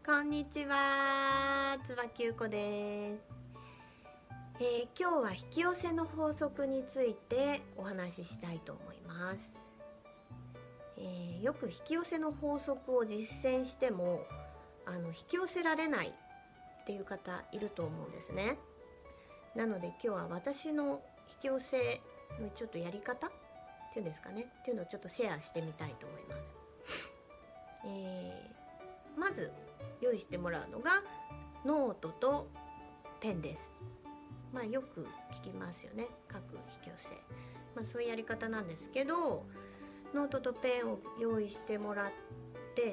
こんにちは、椿ゆこです。今日は引き寄せの法則についてお話ししたいと思います。よく引き寄せの法則を実践しても引き寄せられないっていう方いると思うんですね。なので今日は私の引き寄せのちょっとやり方っていうんですかねっていうのをちょっとシェアしてみたいと思います。まず用意してもらうのがノートとペンです。よく聞きますよね、書く引き寄せ。そういうやり方なんですけど、ノートとペンを用意してもらって、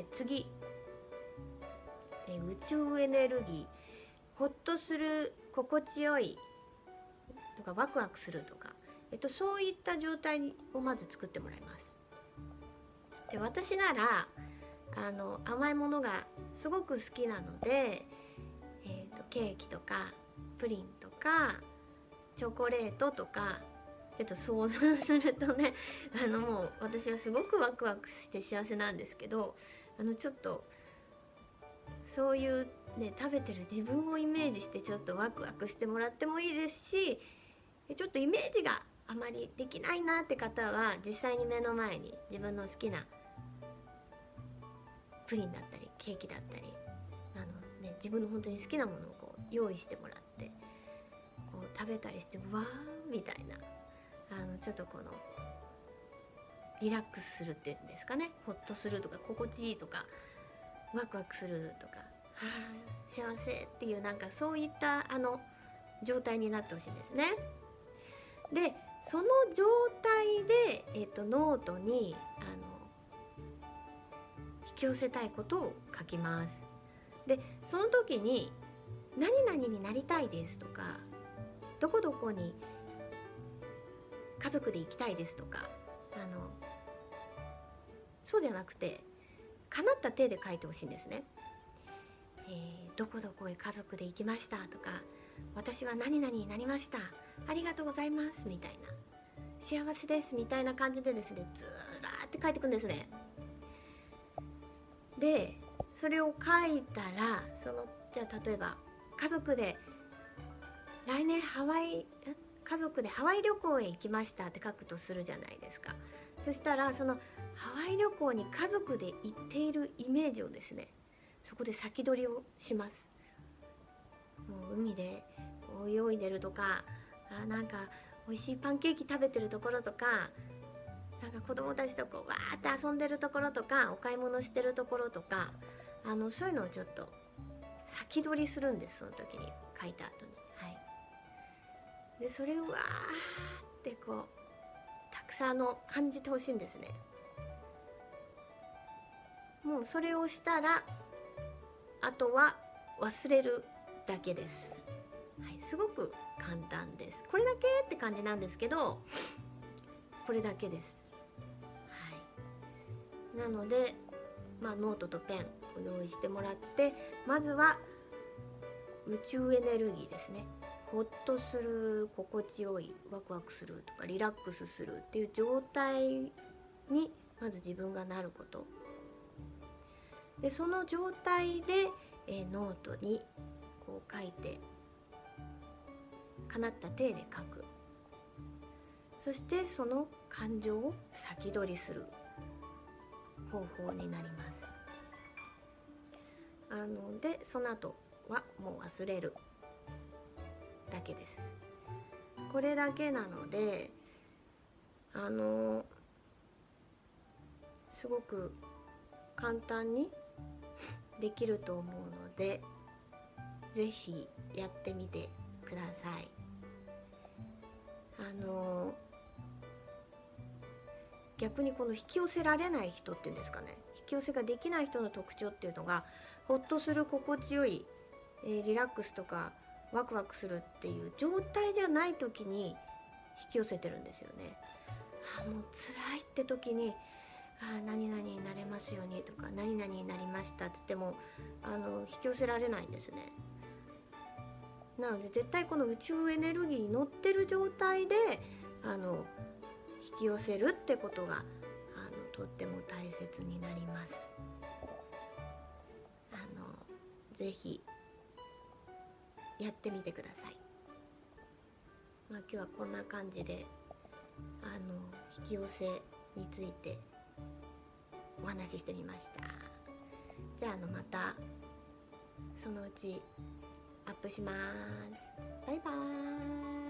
次、宇宙エネルギー、ほっとする、心地よいとかワクワクするとか、そういった状態をまず作ってもらいます。で、私なら甘いものがすごく好きなので、ケーキとかプリンとかチョコレートとか、ちょっと想像するとねもう私はすごくワクワクして幸せなんですけど、ちょっとそういうね、食べてる自分をイメージしてちょっとワクワクしてもらってもいいですし、ちょっとイメージがあまりできないなって方は、実際に目の前に自分の好きなプリンだったりケーキだったり自分の本当に好きなものをこう用意してもらって、こう食べたりして、わーみたいな、ちょっとこのリラックスするっていうんですかね、ホッとするとか心地いいとかワクワクするとか、幸せっていう、なんかそういった状態になってほしいんですね。でその状態で、ノートに引き寄せたいことを書きます。でその時に何々になりたいですとか、どこどこに家族で行きたいですとか、そうじゃなくて叶った手で書いてほしいんですね。どこどこへ家族で行きましたとか、私は何々になりました、ありがとうございますみたいな、幸せですみたいな感じでですね、ずらーって書いていくんですね。でそれを書いたら、じゃあ例えば家族で来年家族でハワイ旅行へ行きましたって書くとするじゃないですか。そしたらそのハワイ旅行に家族で行っているイメージをですね、そこで先取りをします。もう海で泳いでるとか、なんか美味しいパンケーキ食べてるところとか、なんか子供たちとこうわーって遊んでるところとか、お買い物してるところとか、そういうのをちょっと先取りするんです、その時に書いた後に。でそれをわーってこうたくさん感じてほしいんですね。もうそれをしたらあとは忘れるだけです。すごく簡単です。これだけって感じなんですけど、これだけです。なので、ノートとペンを用意してもらって、まずは宇宙エネルギーですね。ほっとする、心地よい、ワクワクするとかリラックスするっていう状態にまず自分がなることで、その状態で、ノートにこう書いて、叶った体で書く。そしてその感情を先取りする方法になります。でその後はもう忘れるだけです。これだけなので、すごく簡単にできると思うので、ぜひやってみてください。逆にこの引き寄せられない人っていうんですかね、引き寄せができない人の特徴っていうのが、ほっとする、心地よい、リラックスとかワクワクするっていう状態じゃない時に引き寄せてるんですよね。もう辛いって時に何々になれますようにとか、何々になりましたって言っても引き寄せられないんですね。なので絶対この宇宙エネルギーに乗ってる状態で引き寄せるってことがとっても大切になります。 ぜひやってみてください。まあ、今日はこんな感じで引き寄せについてお話ししてみました。じゃあまたそのうちアップします。バイバーイ。